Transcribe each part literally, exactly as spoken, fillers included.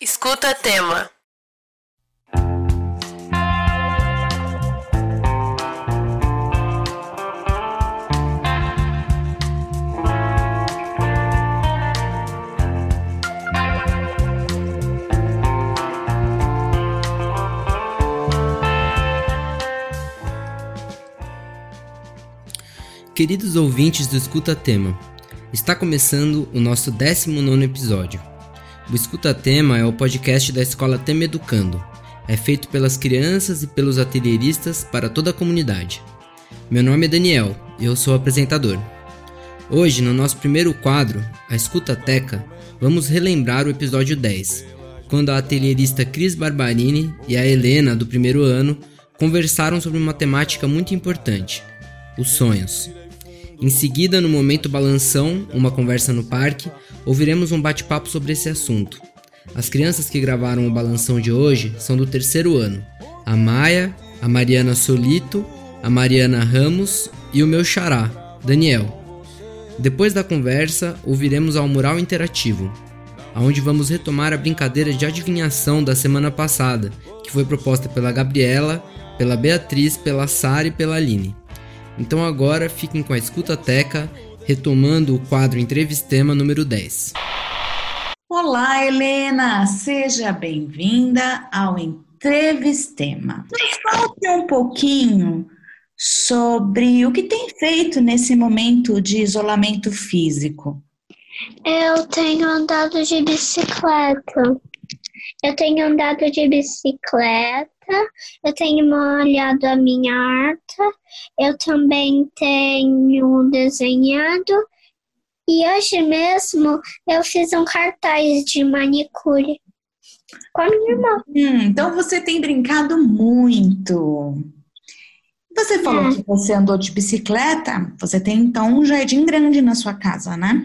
Escuta tema. Queridos ouvintes do Escuta Tema, está começando o nosso décimo nono episódio. O Escuta Tema é o podcast da Escola Tema Educando. É feito pelas crianças e pelos atelieristas para toda a comunidade. Meu nome é Daniel e eu sou o apresentador. Hoje, no nosso primeiro quadro, a Escutateca, vamos relembrar o episódio dez, quando a atelierista Cris Barbarini e a Helena, do primeiro ano, conversaram sobre uma temática muito importante, os sonhos. Em seguida, no Momento Balanção, uma conversa no parque, ouviremos um bate-papo sobre esse assunto. As crianças que gravaram o Balanção de hoje são do terceiro ano, a Maia, a Mariana Solito, a Mariana Ramos e o meu xará, Daniel. Depois da conversa, ouviremos ao Mural Interativo, onde vamos retomar a brincadeira de adivinhação da semana passada, que foi proposta pela Gabriela, pela Beatriz, pela Sara e pela Aline. Então agora fiquem com a Escutateca, retomando o quadro Entrevistema número dez. Olá, Helena! Seja bem-vinda ao Entrevistema. Nos conte um pouquinho sobre o que tem feito nesse momento de isolamento físico. Eu tenho andado de bicicleta. Eu tenho andado de bicicleta. Eu tenho molhado a minha horta, eu também tenho desenhado e hoje mesmo eu fiz um cartaz de manicure com a minha irmã. Hum, então você tem brincado muito. Você falou é. que você andou de bicicleta, você tem então um jardim grande na sua casa, né?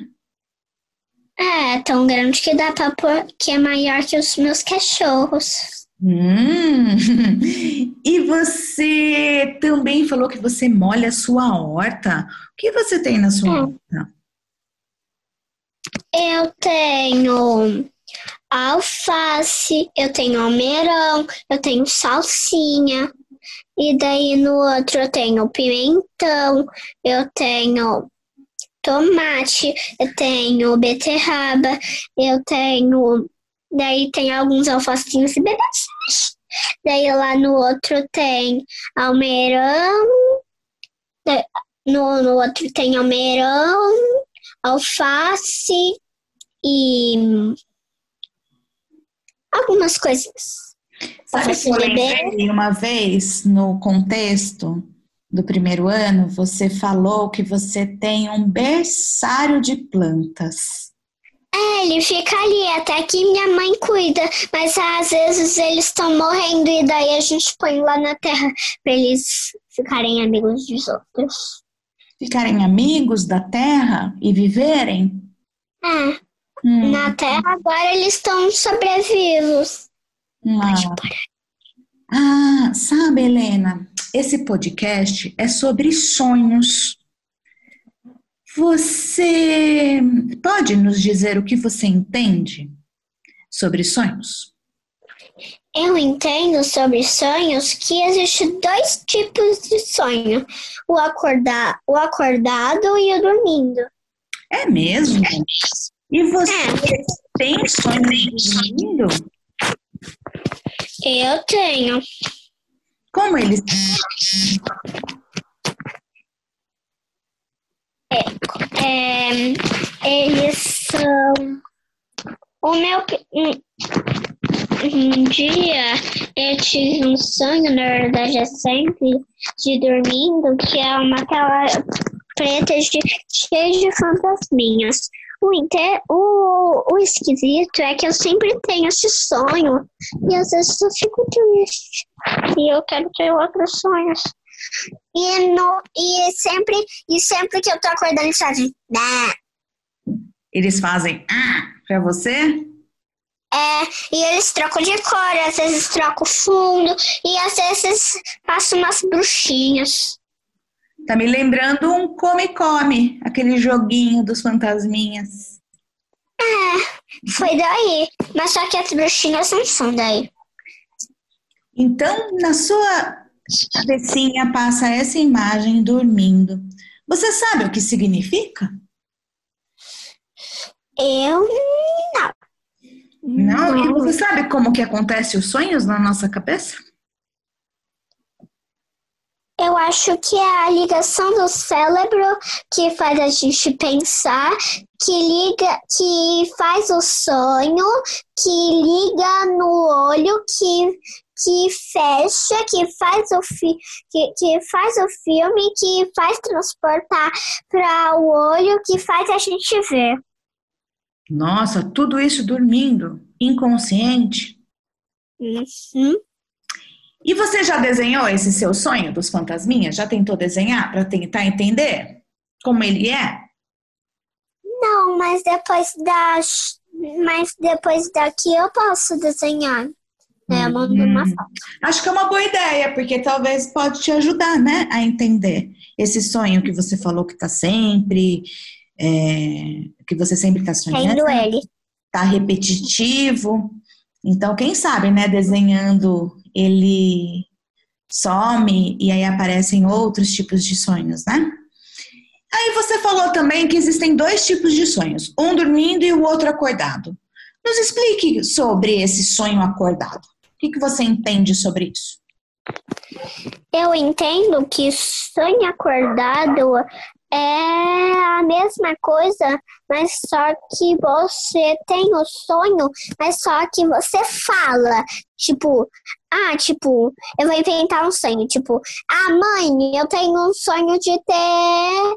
É, tão grande que dá pra pôr, que é maior que os meus cachorros. Hum. E você também falou que você molha a sua horta. O que você tem na sua é. horta? Eu tenho alface, eu tenho almeirão, eu tenho salsinha. E daí no outro eu tenho pimentão, eu tenho tomate, eu tenho beterraba, eu tenho... Daí tem alguns alfacinhos e bebezinhos. Daí lá no outro tem almeirão. No, no outro tem almeirão, alface e algumas coisas. Sabe que eu lembrei uma vez, no contexto do primeiro ano, você falou que você tem um berçário de plantas. É, ele fica ali, até que minha mãe cuida, mas às vezes eles estão morrendo e daí a gente põe lá na terra para eles ficarem amigos dos outros. Ficarem amigos da terra e viverem? É, hum. na terra agora eles estão sobrevivos. Ah. ah, sabe, Helena, esse podcast é sobre sonhos. Você pode nos dizer o que você entende sobre sonhos? Eu entendo sobre sonhos que existem dois tipos de sonho, o, acordar, o acordado e o dormindo. É mesmo? E você é. tem sonhos dormindo? Eu tenho. Como eles É, é, eles são... O meu... Um, um dia eu tive um sonho, na verdade é sempre, de dormindo, que é uma tela preta de, cheia de fantasminhas. O, inter, o, o esquisito é que eu sempre tenho esse sonho e às vezes eu fico triste. E eu quero ter outros sonhos. E, no, e, sempre, e sempre que eu tô acordando, eles fazem... Bah. Eles fazem ah pra você? É, e eles trocam de cor, às vezes trocam fundo, e às vezes passam umas bruxinhas. Tá me lembrando um come-come, aquele joguinho dos fantasminhas. É, foi daí. Mas só que as bruxinhas não são daí. Então, na sua cabecinha passa essa imagem dormindo. Você sabe o que significa? Eu não. Não? E você sabe como que acontece os sonhos na nossa cabeça? Eu acho que é a ligação do cérebro que faz a gente pensar, que liga, que faz o sonho, que liga no olho, que, que fecha, que faz o fi, que, que faz o filme, que faz transportar para o olho, que faz a gente ver. Nossa, tudo isso dormindo, inconsciente. Uhum. E você já desenhou esse seu sonho dos fantasminhas? Já tentou desenhar para tentar entender como ele é? Não, mas depois das, mas depois daqui eu posso desenhar. É, eu mando uma foto. Acho que é uma boa ideia, porque talvez pode te ajudar, né, a entender esse sonho que você falou que tá sempre, é, que você sempre tá sonhando. Tendo ele. Tá repetitivo. Então, quem sabe, né, desenhando ele some e aí aparecem outros tipos de sonhos, né? Aí você falou também que existem dois tipos de sonhos, um dormindo e o outro acordado. Nos explique sobre esse sonho acordado. O que, que você entende sobre isso? Eu entendo que sonho acordado é a mesma coisa, mas só que você tem o sonho, mas só que você fala. Tipo, ah, tipo, eu vou inventar um sonho. Tipo, ah, mãe, eu tenho um sonho de ter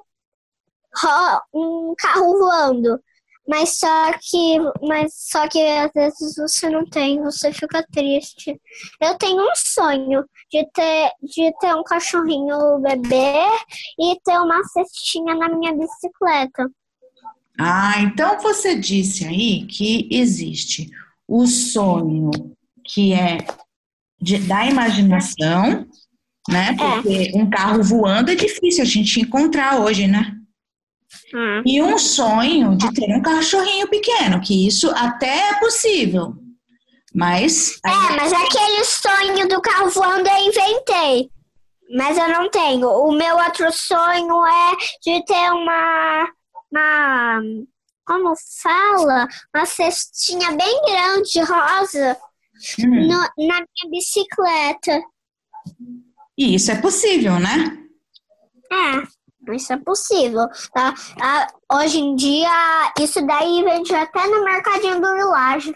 um carro voando. Mas só que, mas só que às vezes você não tem, você fica triste. Eu tenho um sonho de ter, de ter um cachorrinho bebê e ter uma cestinha na minha bicicleta. Ah, então você disse aí que existe o sonho que é de, da imaginação, né? Porque é. Um carro voando é difícil a gente encontrar hoje, né? Hum. E um sonho de ter um cachorrinho pequeno, que isso até é possível. Mas... É, mas aquele sonho do carro voando eu inventei. Mas eu não tenho. O meu outro sonho é de ter uma... uma como fala? Uma cestinha bem grande, rosa, hum. no, na minha bicicleta. E isso é possível, né? É. Isso é possível, tá? Ah, hoje em dia, isso daí vende até no mercadinho do Village.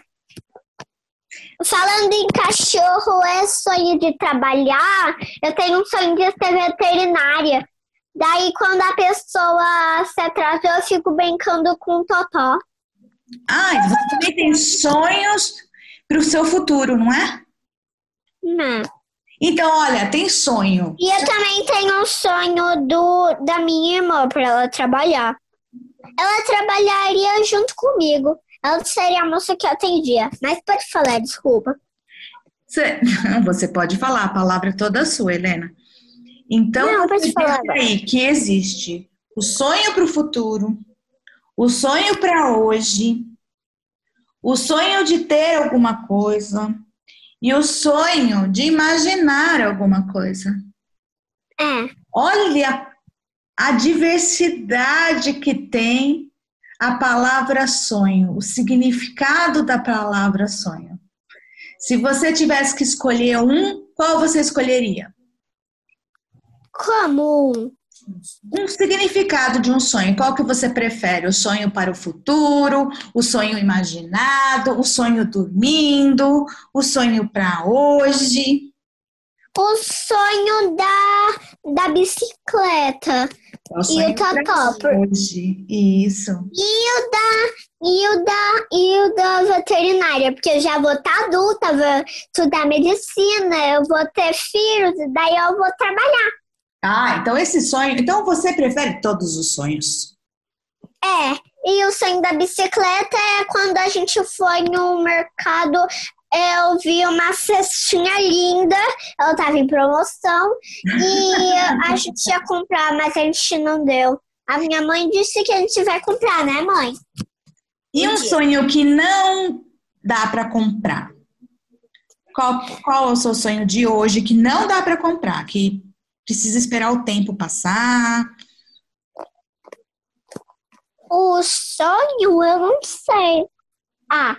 Falando em cachorro, é sonho de trabalhar, eu tenho um sonho de ser veterinária. Daí, quando a pessoa se atrasa, eu fico brincando com o totó. Ah, e você também tem sonhos para o seu futuro, não é? Não. Então, olha, tem sonho. E eu também tenho um sonho do, da minha irmã para ela trabalhar. Ela trabalharia junto comigo. Ela seria a moça que atendia. Mas pode falar, desculpa. Você, você pode falar, a palavra é toda sua, Helena. Então, Não, você pode falar. aí que existe o sonho para o futuro, o sonho para hoje, o sonho de ter alguma coisa... E o sonho de imaginar alguma coisa. É. Olha a diversidade que tem a palavra sonho, o significado da palavra sonho. Se você tivesse que escolher um, qual você escolheria? Como? Um significado de um sonho. Qual que você prefere? O sonho para o futuro, o sonho imaginado, o sonho dormindo, o sonho para hoje? O sonho da, da bicicleta. O sonho e o totó. Hoje. Isso. E o da e o da e o da veterinária, porque eu já vou estar adulta, vou estudar medicina, eu vou ter filhos, daí eu vou trabalhar. Ah, então esse sonho... Então você prefere todos os sonhos? É, e o sonho da bicicleta é quando a gente foi no mercado, eu vi uma cestinha linda, ela estava em promoção, e a gente ia comprar, mas a gente não deu. A minha mãe disse que a gente vai comprar, né, mãe? E um sonho que não dá para comprar? Qual, qual é o seu sonho de hoje que não dá para comprar? Que precisa esperar o tempo passar? O sonho, eu não sei. Ah,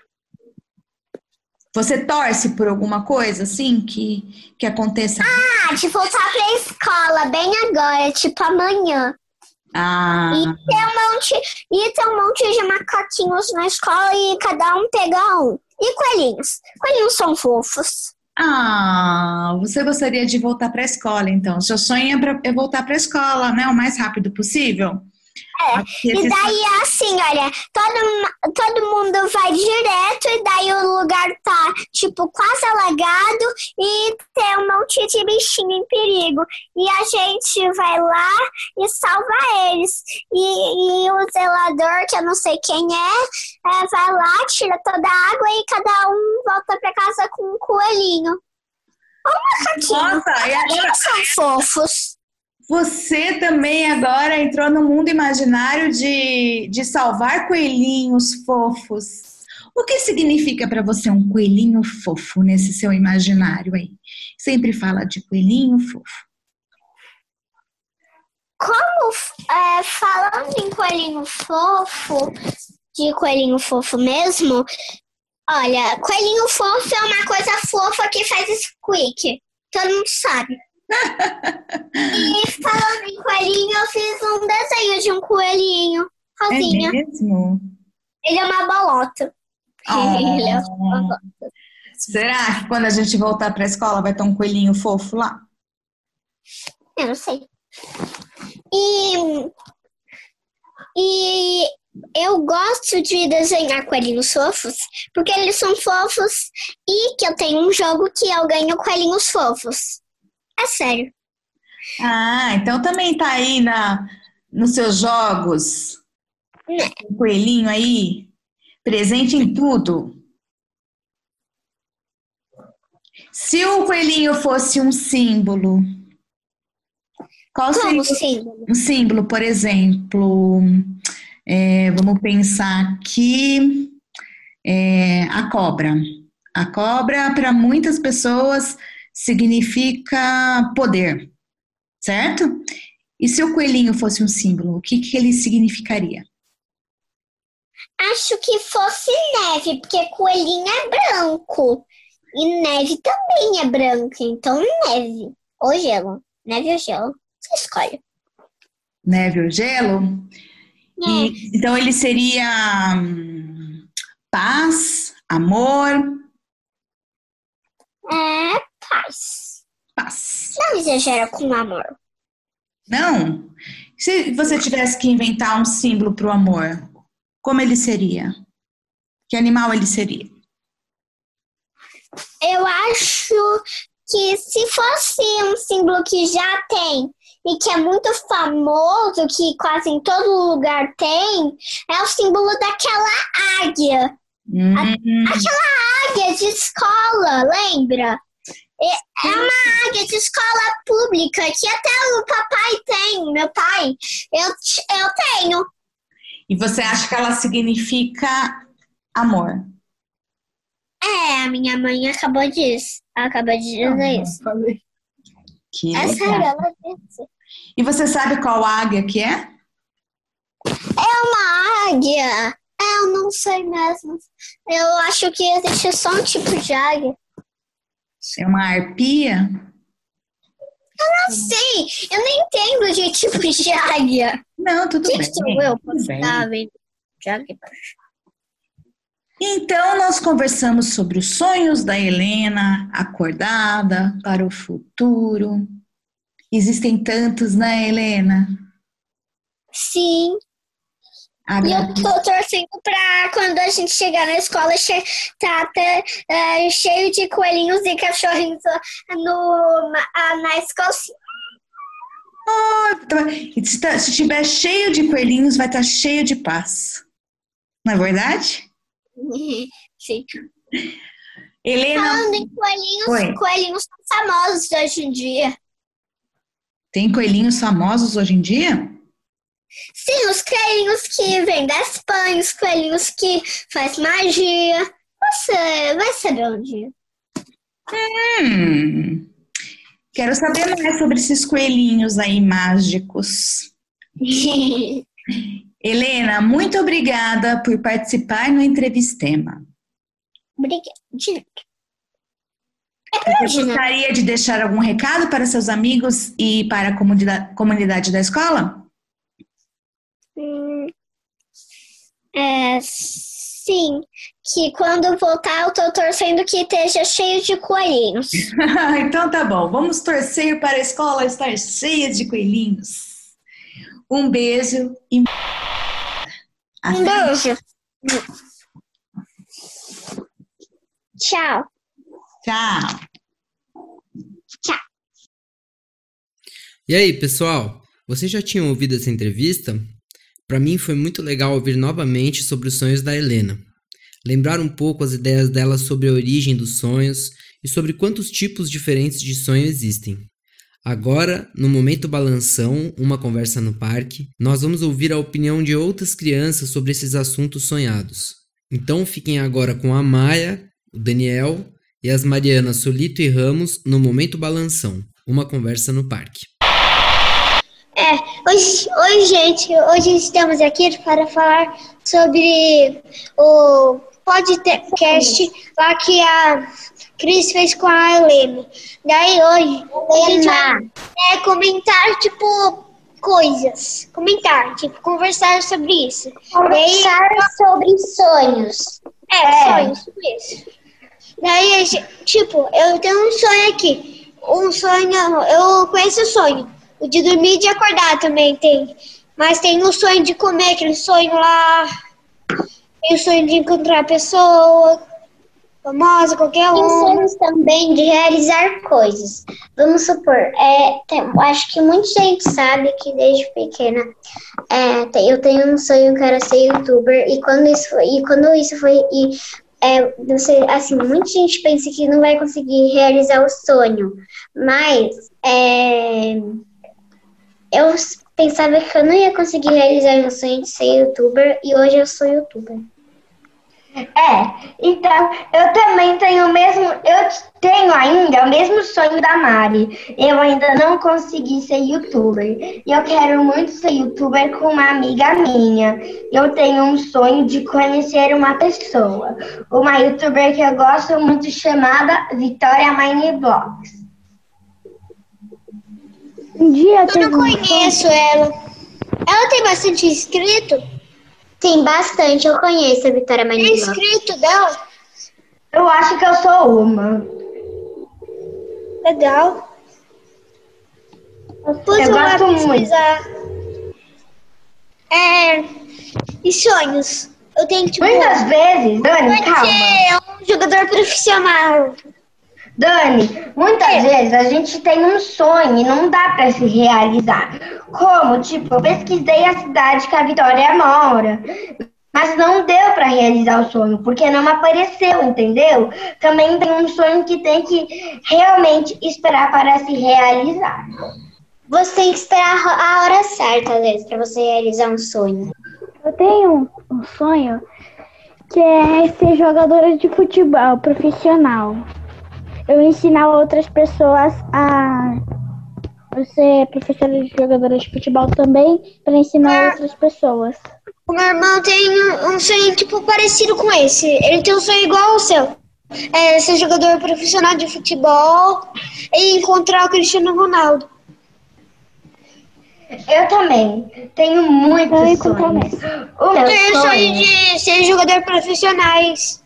Você torce por alguma coisa assim que, que aconteça? ah, de voltar pra escola bem agora, tipo amanhã. Ah, E ter um monte, e ter um monte de macaquinhos na escola e cada um pegar um. E coelhinhos. Coelhinhos são fofos. ah, você gostaria de voltar para a escola, então? Seu sonho é, pra, é voltar para a escola, né? O mais rápido possível? É, Aqui, e daí é assim, olha, todo, todo mundo vai direto e daí o lugar tá, tipo, quase alagado e tem um monte de bichinho em perigo. E a gente vai lá e salva eles. E, e o zelador, que eu não sei quem é, é, vai lá, tira toda a água e cada um volta pra casa com um coelhinho. Ou um macaquinho. Nossa, e agora Eles são fofos. você também agora entrou no mundo imaginário de, de salvar coelhinhos fofos. O que significa para você um coelhinho fofo nesse seu imaginário aí? Sempre fala de coelhinho fofo. Como, é, falando em coelhinho fofo, de coelhinho fofo mesmo, olha, coelhinho fofo é uma coisa fofa que faz squeak. Todo mundo sabe. E falando em coelhinho, eu fiz um desenho de um coelhinho, rosinha. É mesmo? Ele é uma bolota. Oh. Ele é uma bolota. Será que quando a gente voltar para a escola vai ter um coelhinho fofo lá? Eu não sei. E, e eu gosto de desenhar coelhinhos fofos, porque eles são fofos e que eu tenho um jogo que eu ganho coelhinhos fofos. É sério. Ah, então também tá aí na, nos seus jogos. Um coelhinho aí, presente em tudo. Se o coelhinho fosse um símbolo, qual seria Como símbolo? um símbolo, por exemplo? É, vamos pensar aqui, é, a cobra. A cobra, para muitas pessoas, significa poder, certo? E se o coelhinho fosse um símbolo, o que, que ele significaria? Acho que fosse neve, porque coelhinho é branco. E neve também é branca, então neve. Ou gelo. Neve ou gelo. Você escolhe. Neve ou gelo? É. E, então ele seria hum, paz, amor, É paz. paz. Não exagera com amor. Não? Se você tivesse que inventar um símbolo para o amor, como ele seria? Que animal ele seria? Eu acho que se fosse um símbolo que já tem e que é muito famoso, que quase em todo lugar tem, é o símbolo daquela águia. Hum, Aquela águia de escola, lembra? É, é uma águia de escola pública que até o papai tem, meu pai. Eu, eu tenho. e você acha que ela significa amor? É, a minha mãe acabou disso. Ela acabou de dizer isso. Que É legal. sério, ela disse. E você sabe qual águia que é? É uma águia. É, eu não sei mesmo. Eu acho que existe só um tipo de águia. É uma arpia? Não sei, eu nem entendo de tipo de águia. Não, tudo Quem bem. sou eu pra tudo bem. ficar vendo de águia? Então, nós conversamos sobre os sonhos da Helena, acordada para o futuro. Existem tantos, né, Helena? Sim. E eu Agradeço. tô torcendo pra quando a gente chegar na escola che tá até é, cheio de coelhinhos e cachorrinhos no, na, na escola. E se tá- se tiver cheio de coelhinhos, vai estar cheio de paz. Não é verdade? Sim. Helena, Falando em coelhinhos, Oi. coelhinhos são famosos hoje em dia. tem coelhinhos famosos hoje em dia? Sim, os coelhinhos que vêm da Espanha, os coelhinhos que faz magia. Você vai saber onde? Hum, quero saber mais sobre esses coelhinhos aí mágicos. Helena, muito obrigada por participar no Entrevistema. Obrigada. Você gostaria de deixar algum recado para seus amigos e para a comunidade, comunidade da escola? Hum, é, sim, que quando voltar eu tô torcendo que esteja cheio de coelhinhos. Então tá bom, vamos torcer para a escola estar cheia de coelhinhos. Um beijo e... Um Até. beijo. Tchau. Tchau. Tchau. E aí, pessoal? Vocês já tinham ouvido essa entrevista? Para mim foi muito legal ouvir novamente sobre os sonhos da Helena. Lembrar um pouco as ideias dela sobre a origem dos sonhos e sobre quantos tipos diferentes de sonho existem. Agora, no Momento Balanção, uma conversa no parque, nós vamos ouvir a opinião de outras crianças sobre esses assuntos sonhados. Então fiquem agora com a Maia, o Daniel e as Marianas Solito e Ramos no Momento Balanção, uma conversa no parque. É, hoje, hoje, gente, hoje estamos aqui para falar sobre o podcast lá que a Cris fez com a Helena. Daí hoje a gente vai é, comentar, tipo, coisas. Comentar, tipo, conversar sobre isso. Conversar Daí, sobre sonhos. é, É. sonhos, isso. Daí, a gente- tipo, eu tenho um sonho aqui. Um sonho, eu conheço o sonho. O de dormir e de acordar também tem. Mas tem o sonho de comer, aquele sonho lá. Tem o sonho de encontrar a pessoa famosa, qualquer Tem um. sonhos também de realizar coisas. Vamos supor, é, tem- acho que muita gente sabe que desde pequena é, tem- eu tenho um sonho que era ser youtuber e quando isso foi, e quando isso foi e, é, você, assim, muita gente pensa que não vai conseguir realizar o sonho, mas é, eu pensava que eu não ia conseguir realizar meu sonho de ser youtuber e hoje eu sou youtuber. É, então eu também tenho o mesmo, eu tenho ainda o mesmo sonho da Mari. Eu ainda não consegui ser youtuber. E eu quero muito ser youtuber com uma amiga minha. Eu tenho um sonho de conhecer uma pessoa, uma youtuber que eu gosto muito chamada Vitória Mine Vlogs. Um dia Eu não conheço ela. Ela tem bastante inscrito? Tem bastante, eu conheço a Vitória Tem Mine Vlogs. inscrito dela? Eu acho que eu sou uma. Legal. Depois Eu eu gosto vou muito. pesquisar. É, e sonhos? Eu tenho que, tipo, Muitas vezes, Dani, calma. ser um jogador profissional. Dani, muitas vezes a gente tem um sonho e não dá pra se realizar. Como, tipo, eu pesquisei a cidade que a Vitória mora, mas não deu pra realizar o sonho, porque não apareceu, entendeu? Também tem um sonho que tem que realmente esperar para se realizar. Você tem que esperar a hora certa, às vezes, pra você realizar um sonho. Eu tenho um sonho que é ser jogadora de futebol profissional. Eu ensinar outras pessoas a ser professora de jogadora de futebol também para ensinar outras pessoas. O meu irmão tem um sonho, tipo, parecido com esse. Ele tem um sonho igual ao seu. É ser jogador profissional de futebol e encontrar o Cristiano Ronaldo. Eu também tenho muitos Eu encontro sonhos. mesmo. O Eu meu tenho sonho sonho... de ser jogador profissionais.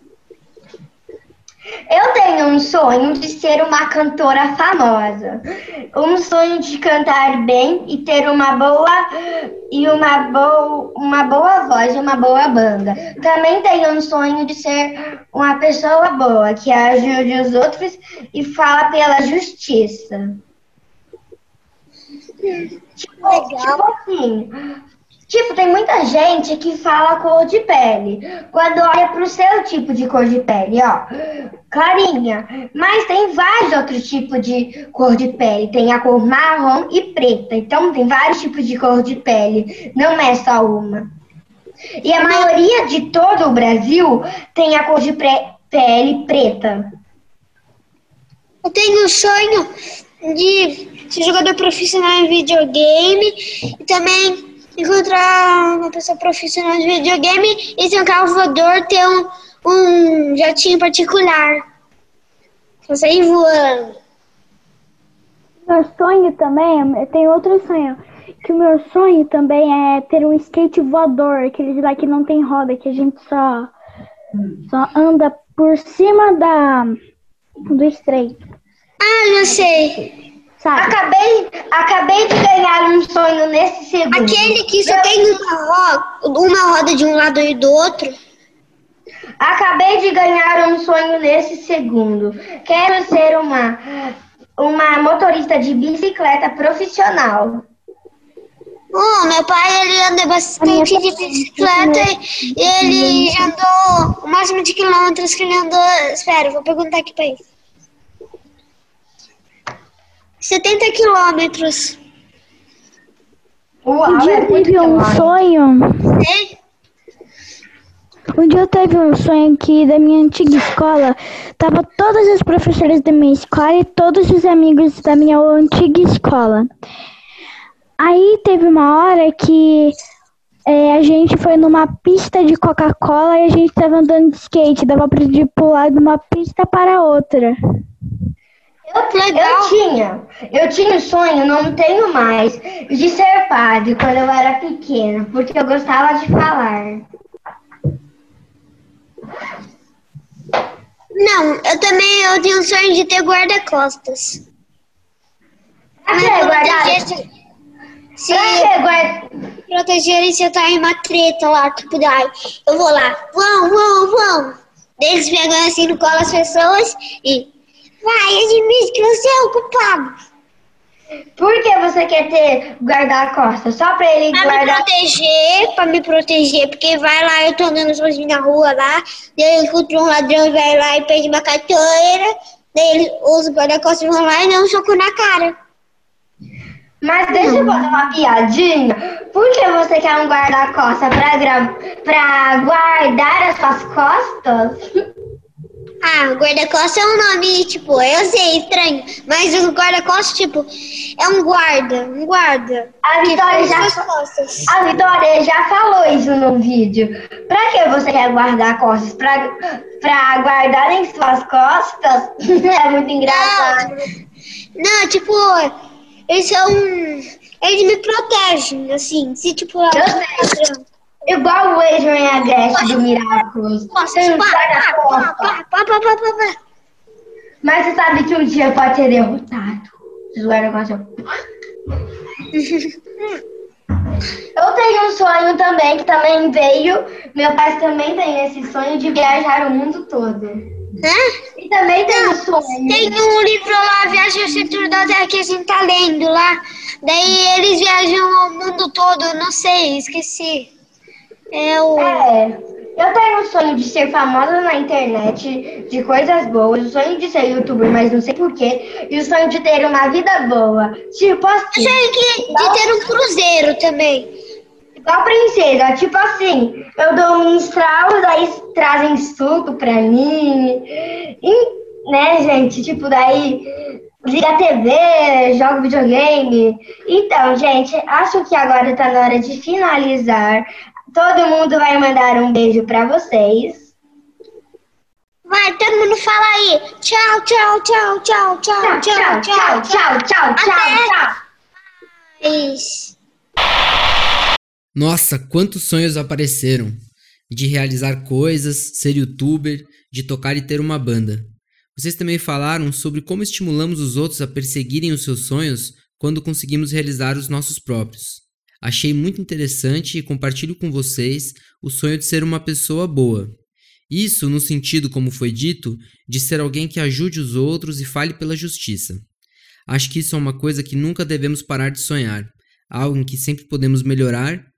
Eu tenho um sonho de ser uma cantora famosa, um sonho de cantar bem e ter uma boa e uma boa, uma boa voz e uma boa banda. Também tenho um sonho de ser uma pessoa boa, que ajude os outros e fala pela justiça. Tipo, Legal. tipo assim, Tipo, tem muita gente que fala cor de pele. Quando olha pro seu tipo de cor de pele, ó, clarinha. Mas tem vários outros tipos de cor de pele. Tem a cor marrom e preta. Então tem vários tipos de cor de pele. Não é só uma. E a maioria de todo o Brasil tem a cor de pre- pele preta. Eu tenho um sonho de ser jogador profissional em videogame e também encontrar uma pessoa profissional de videogame e ter um carro voador, ter um, um jatinho particular. Pra sair voando. Meu sonho também, eu tenho outro sonho, que o meu sonho também é ter um skate voador, aqueles lá que não tem roda, que a gente só, só anda por cima da, do estreito. Ah, já sei. Sabe? Acabei, acabei de ganhar um sonho nesse segundo. Aquele que só tem uma roda, uma roda de um lado e do outro. Acabei de ganhar um sonho nesse segundo. Quero ser uma, uma motorista de bicicleta profissional. Oh, meu pai, ele anda bastante de bicicleta e ele já andou o máximo de quilômetros que ele andou. Espera, vou perguntar aqui pra ele. setenta quilômetros. Uau, Um dia é eu muito tive um demais. sonho. Né? Um dia eu teve um sonho que da minha antiga escola, tava todas as professoras da minha escola e todos os amigos da minha antiga escola. Aí teve uma hora que é, a gente foi numa pista de Coca-Cola e a gente tava andando de skate, dava pra de pular de uma pista para outra. Eu, eu tinha, eu tinha um sonho, não tenho mais, de ser padre quando eu era pequena, porque eu gostava de falar. Não, eu também eu tenho um sonho de ter guarda-costas. Pra que guardar? Se, se Pra que guardar? protegerem se eu tá em uma treta lá, tipo, daí eu vou lá, vão, vão, vão. Eles pegam assim no colo as pessoas e vai, admite que você é o culpado. Por que você quer ter guarda-costas? Só pra ele Pra guardar. me proteger, pra me proteger, porque vai lá, eu tô andando sozinho na rua lá, daí eu encontro um ladrão, vai lá e pede uma carteira, daí ele usa o guarda-costas e vão lá e dá um soco na cara. Mas deixa eu fazer uma piadinha. Por que você quer um guarda-costas pra, gra... pra guardar as suas costas? Ah, guarda-costas é um nome, tipo, eu sei, estranho, mas o guarda-costas, tipo, é um guarda, um guarda. A Vitória, que já... fica nas costas. a Vitória já falou isso no vídeo. Pra que você quer guardar costas? Pra, pra guardar em suas costas? É muito engraçado. Não, não, tipo, eles são, eles me protegem, assim, se tipo... Eu sei. Igual o Adrian Agreste do Miraculous. Tem um guarda-costas. Pá, pá, pá, pá, pá, pá. Mas você sabe que um dia pode ser derrotado. Os guarda-costas. Eu tenho um sonho também, que também veio. Meu pai também tem esse sonho de viajar o mundo todo. Hã? E também tem um sonho. Tem um livro lá, Viagem ao Centro da Terra, que a gente tá lendo lá. Daí eles viajam o mundo todo, não sei, esqueci. É o... É, eu tenho um sonho de ser famosa na internet, de coisas boas, o sonho de ser youtuber, mas não sei porquê, e o sonho de ter uma vida boa. Tipo assim. Eu sonho que, de ter um cruzeiro também. Igual princesa, tipo assim, eu dou um estralo, daí trazem suco pra mim. E, né, gente? Tipo, daí liga a T V, joga videogame. Então, gente, acho que agora tá na hora de finalizar. Todo mundo vai mandar um beijo pra vocês. Vai, todo mundo fala aí. Tchau, tchau, tchau, tchau, tchau, Tchau, tchau, tchau, tchau, tchau, tchau, tchau. Isso. Nossa, quantos sonhos apareceram! De realizar coisas, ser youtuber, de tocar e ter uma banda. Vocês também falaram sobre como estimulamos os outros a perseguirem os seus sonhos quando conseguimos realizar os nossos próprios. Achei muito interessante e compartilho com vocês o sonho de ser uma pessoa boa. Isso no sentido, como foi dito, de ser alguém que ajude os outros e fale pela justiça. Acho que isso é uma coisa que nunca devemos parar de sonhar, algo em que sempre podemos melhorar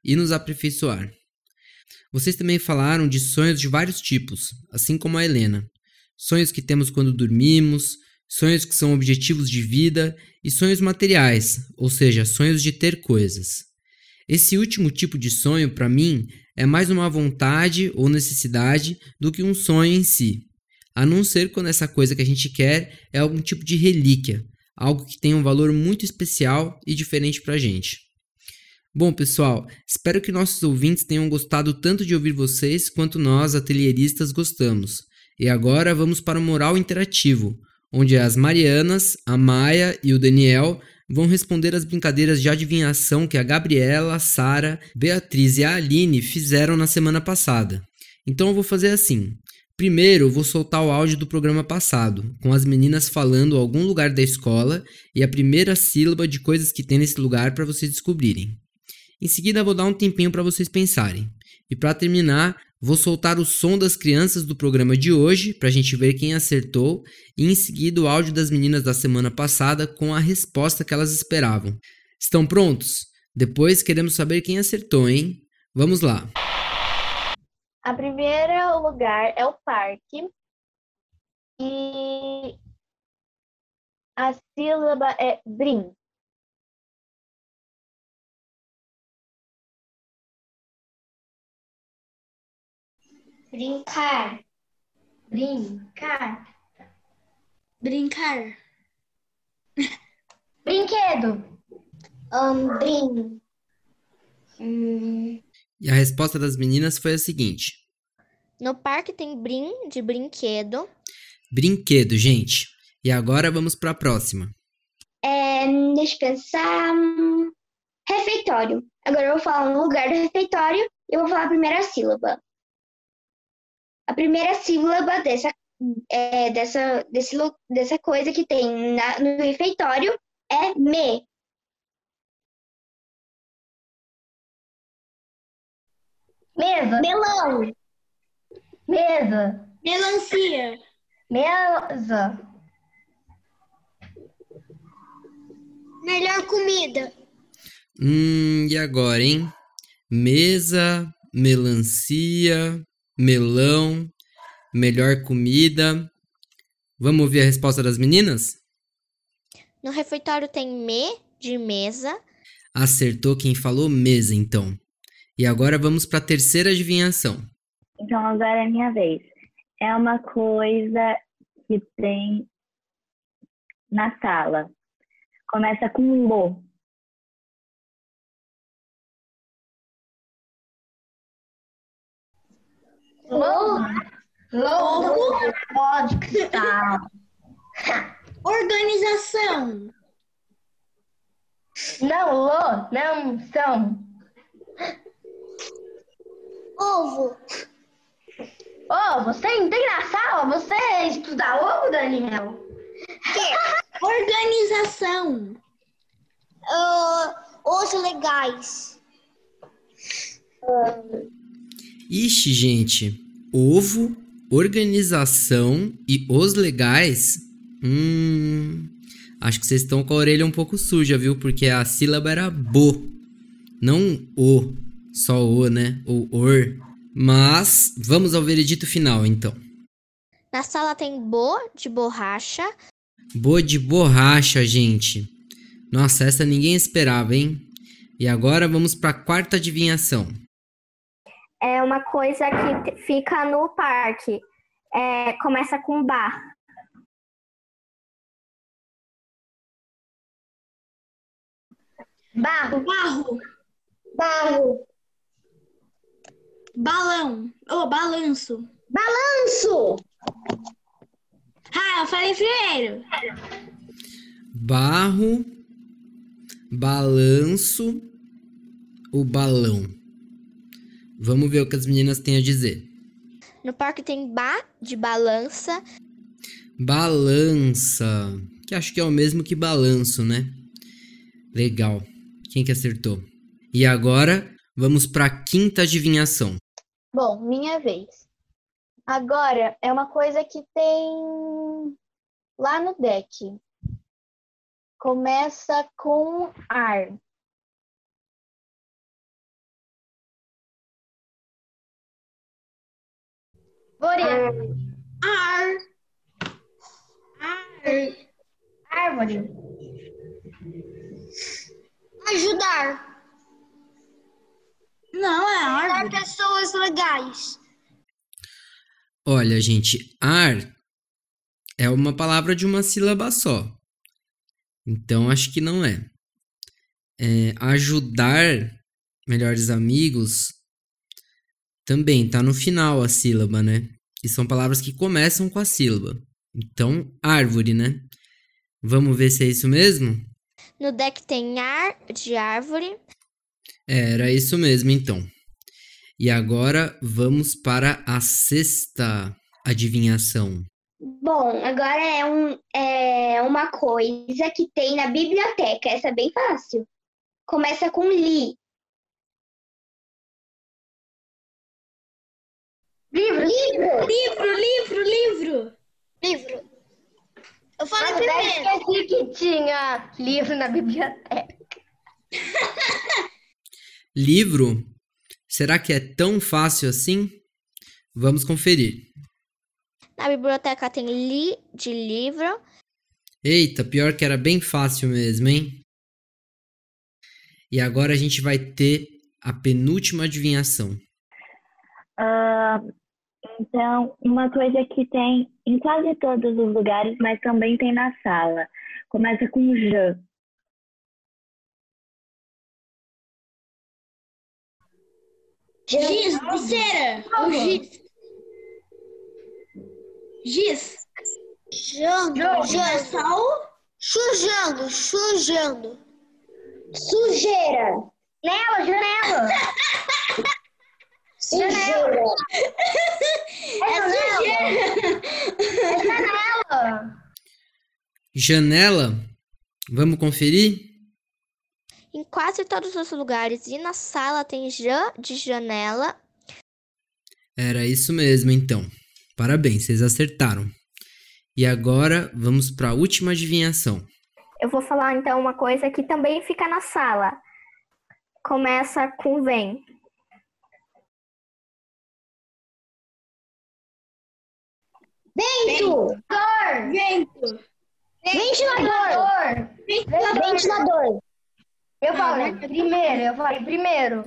e nos aperfeiçoar. Vocês também falaram de sonhos de vários tipos, assim como a Helena. Sonhos que temos quando dormimos, sonhos que são objetivos de vida e sonhos materiais, ou seja, sonhos de ter coisas. Esse último tipo de sonho, para mim, é mais uma vontade ou necessidade do que um sonho em si, a não ser quando essa coisa que a gente quer é algum tipo de relíquia, algo que tem um valor muito especial e diferente para a gente. Bom, pessoal, espero que nossos ouvintes tenham gostado tanto de ouvir vocês quanto nós, atelieristas, gostamos. E agora vamos para o Moral Interativo, onde as Marianas, a Maia e o Daniel vão responder as brincadeiras de adivinhação que a Gabriela, a Sara, Beatriz e a Aline fizeram na semana passada. Então eu vou fazer assim. Primeiro eu vou soltar o áudio do programa passado, com as meninas falando algum lugar da escola e a primeira sílaba de coisas que tem nesse lugar para vocês descobrirem. Em seguida vou dar um tempinho para vocês pensarem. E para terminar, vou soltar o som das crianças do programa de hoje, para a gente ver quem acertou, e em seguida o áudio das meninas da semana passada com a resposta que elas esperavam. Estão prontos? Depois queremos saber quem acertou, hein? Vamos lá! A primeira lugar é o parque. E a sílaba é brin. Brincar. Brincar. Brincar. Brinquedo. Um, brin. Hum, E a resposta das meninas foi a seguinte. No parque tem brin de brinquedo. Brinquedo, gente. E agora vamos para a próxima. É, deixa eu pensar. hum, Refeitório. Agora eu vou falar no lugar do refeitório e eu vou falar a primeira sílaba. A primeira sílaba dessa, é, dessa, desse, lu- dessa coisa que tem na- no refeitório é me. mesa. Melão. Mesa. Melancia. Mesa. Melhor comida. Hum, e agora, hein? Mesa, melancia, melão, melhor comida. Vamos ouvir a resposta das meninas? No refeitório tem me de mesa. Acertou quem falou mesa, então. E agora vamos para a terceira adivinhação. Então agora é a minha vez. É uma coisa que tem na sala. Começa com lo. Lobo. Lobo. Pó de cristal. Organização. Não, lo, não são. Ovo. Ô, você entra na sala? Você estuda ovo, Daniel? Organização. Os legais. Ixi, gente. Ovo, organização e os legais. Hum. Acho que vocês estão com a orelha um pouco suja, viu? Porque a sílaba era bo. Não o. Só o, né? Ou or. Mas vamos ao veredito final, então. Na sala tem bo de borracha. Bo de borracha, gente. Nossa, essa ninguém esperava, hein? E agora vamos para a quarta adivinhação. É uma coisa que fica no parque. É, começa com bar. Barro. Barro. Barro. Balão. Oh, balanço. Balanço. Ah, eu falei primeiro. Barro, balanço, o balão. Vamos ver o que as meninas têm a dizer. No parque tem ba de balança. Balança, que acho que é o mesmo que balanço, né? Legal. Quem que acertou? E agora, vamos para a quinta adivinhação. Bom, minha vez. Agora é uma coisa que tem lá no deck. Começa com ar. Ar. Ar. Árvore. Ajudar. Não, é Ajudar árvore. pessoas legais. Olha, gente, ar é uma palavra de uma sílaba só. Então, acho que não é. É, ajudar melhores amigos também tá no final a sílaba, né? E são palavras que começam com a sílaba. Então, árvore, né? Vamos ver se é isso mesmo? No deck tem ar de árvore. É, era isso mesmo, então. E agora vamos para a sexta adivinhação. Bom, agora é, um, é uma coisa que tem na biblioteca. Essa é bem fácil. Começa com li. Livro. Livro. Livro, livro, livro. Livro. Eu falei Mas eu primeiro. esqueci que tinha livro na biblioteca. Livro? Será que é tão fácil assim? Vamos conferir. Na biblioteca tem li de livro. Eita, pior que era bem fácil mesmo, hein? E agora a gente vai ter a penúltima adivinhação. Ah, então, uma coisa que tem em quase todos os lugares, mas também tem na sala. Começa com J. Giz de cera. O giz. Giz. Jando. Girassol. Sujando, sujando. Sujeira. Janela, janela. Janela. É sujeira. É janela. Janela? Vamos conferir? Em quase todos os lugares e na sala tem j de janela. Era isso mesmo, então. Parabéns, vocês acertaram. E agora vamos para a última adivinhação. Eu vou falar então uma coisa que também fica na sala. Começa com vem. Vento. Vento. Ventilador. Ventilador. Eu falei primeiro, eu falei primeiro.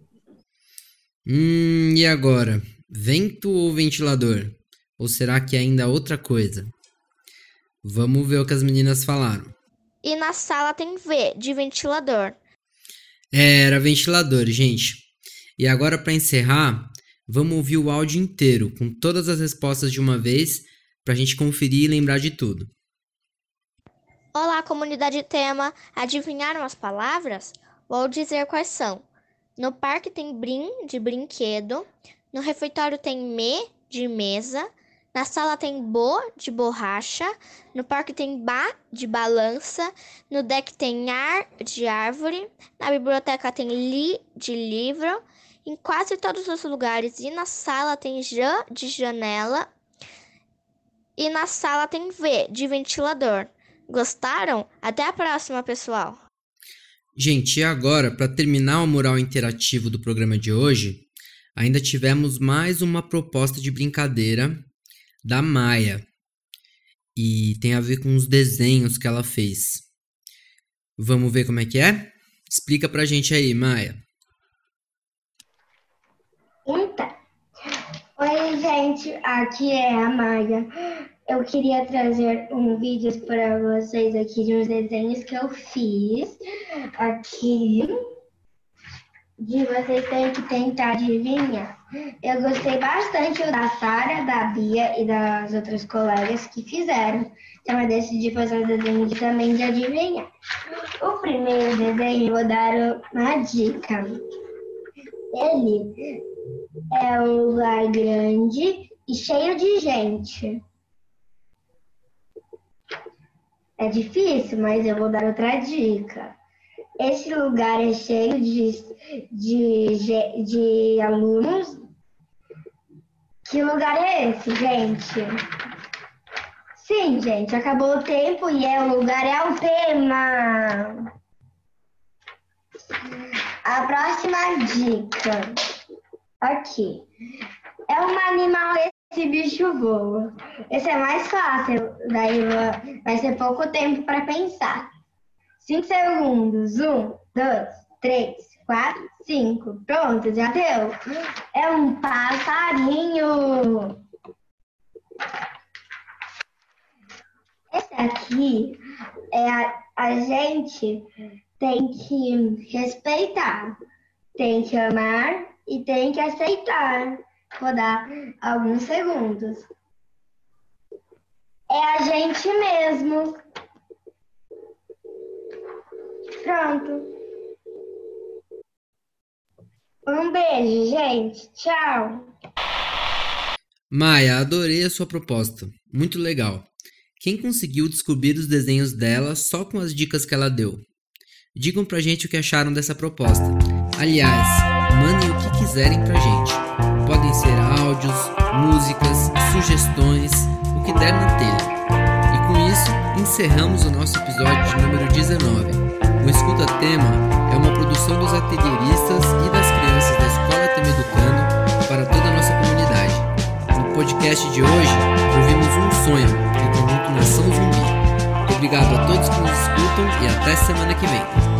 Hum, e agora? Vento ou ventilador? Ou será que é ainda outra coisa? Vamos ver o que as meninas falaram. E na sala tem V de ventilador. Era ventilador, gente. E agora, para encerrar, vamos ouvir o áudio inteiro, com todas as respostas de uma vez, para a gente conferir e lembrar de tudo. Olá, comunidade tema. Adivinharam as palavras? Vou dizer quais são. No parque tem brin, de brinquedo. No refeitório tem me, de mesa. Na sala tem bo, de borracha. No parque tem ba, de balança. No deck tem ar, de árvore. Na biblioteca tem li, de livro. Em quase todos os lugares e na sala tem j, de janela. E na sala tem v, de ventilador. Gostaram? Até a próxima, pessoal! Gente, e agora, para terminar o mural interativo do programa de hoje, ainda tivemos mais uma proposta de brincadeira da Maia. E tem a ver com os desenhos que ela fez. Vamos ver como é que é? Explica pra gente aí, Maia. Então, oi, gente, aqui é a Maia. Eu queria trazer um vídeo para vocês aqui de uns desenhos que eu fiz aqui. De vocês terem que tentar adivinhar. Eu gostei bastante da Sara, da Bia e das outras colegas que fizeram. Então eu decidi fazer um desenho de, também de adivinhar. O primeiro desenho eu vou dar uma dica. Ele é um lugar grande e cheio de gente. É difícil, mas eu vou dar outra dica. Esse lugar é cheio de, de, de alunos. Que lugar é esse, gente? Sim, gente, acabou o tempo e é o lugar é o tema. A próxima dica. Aqui. É um animal esse bicho voa. Esse é mais fácil, daí vai ser pouco tempo para pensar. Cinco segundos. Um, dois, três, quatro, cinco. Pronto, já deu. É um passarinho. Esse aqui é a, a gente tem que respeitar, tem que amar e tem que aceitar. Vou dar alguns segundos. É a gente mesmo. Pronto. Um beijo, gente. Tchau. Maia, adorei a sua proposta. Muito legal. Quem conseguiu descobrir os desenhos dela só com as dicas que ela deu? Digam pra gente o que acharam dessa proposta. Aliás, mandem o que quiserem pra gente. Podem ser áudios, músicas, sugestões, o que der na telha. E com isso, encerramos o nosso episódio de número dezenove. O Escuta Tema é uma produção dos atelieristas e das crianças da Escola Tema Educando para toda a nossa comunidade. No podcast de hoje, ouvimos Um Sonho, do conjunto Nação Zumbi. Obrigado a todos que nos escutam e até semana que vem.